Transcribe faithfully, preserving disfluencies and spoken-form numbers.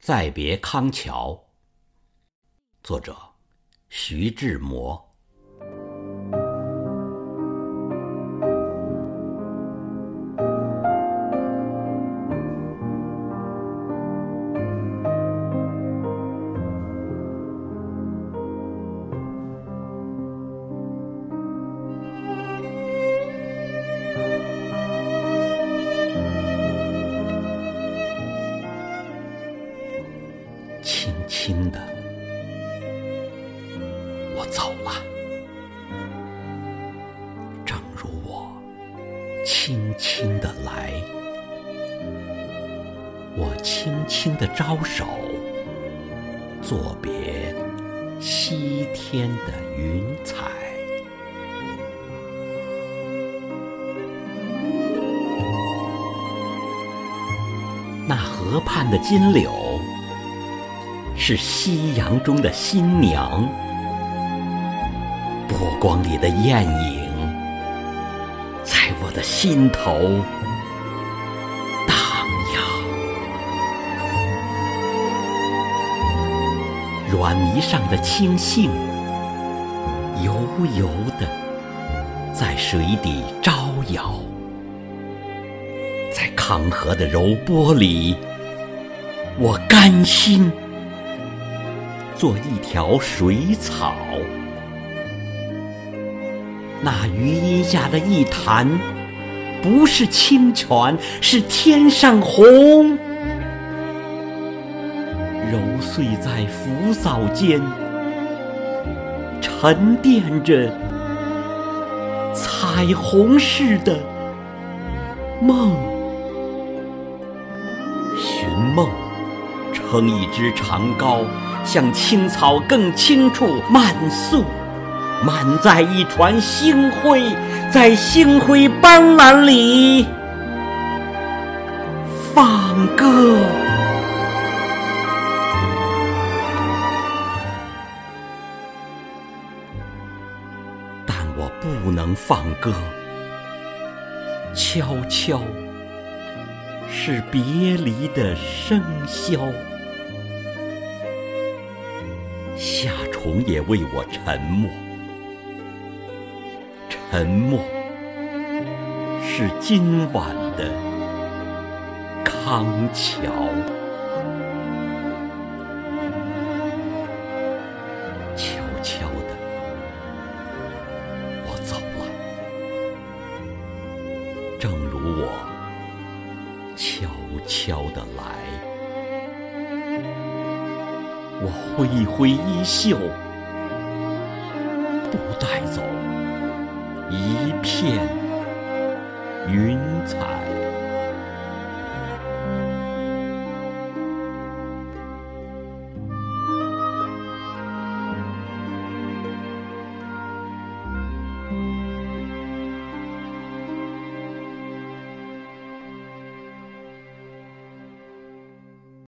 再别康桥，作者徐志摩。轻轻的，我走了，正如我轻轻的来。我轻轻的招手，作别西天的云彩。那河畔的金柳，是夕阳中的新娘，波光里的艳影，在我的心头荡漾。软泥上的青荇，油油的在水底招摇，在康河的柔波里，我甘心做一条水草。那余荫下的一潭，不是清泉，是天上虹，揉碎在浮藻间，沉淀着彩虹似的梦。寻梦撑一支长篙，向青草更青处漫溯，满载一船星辉，在星辉斑斓里放歌。但我不能放歌，悄悄是别离的笙箫。夏虫也为我沉默，沉默是今晚的康桥。悄悄的，我走了，正如我悄悄地来。我挥一挥衣袖，不带走一片云彩。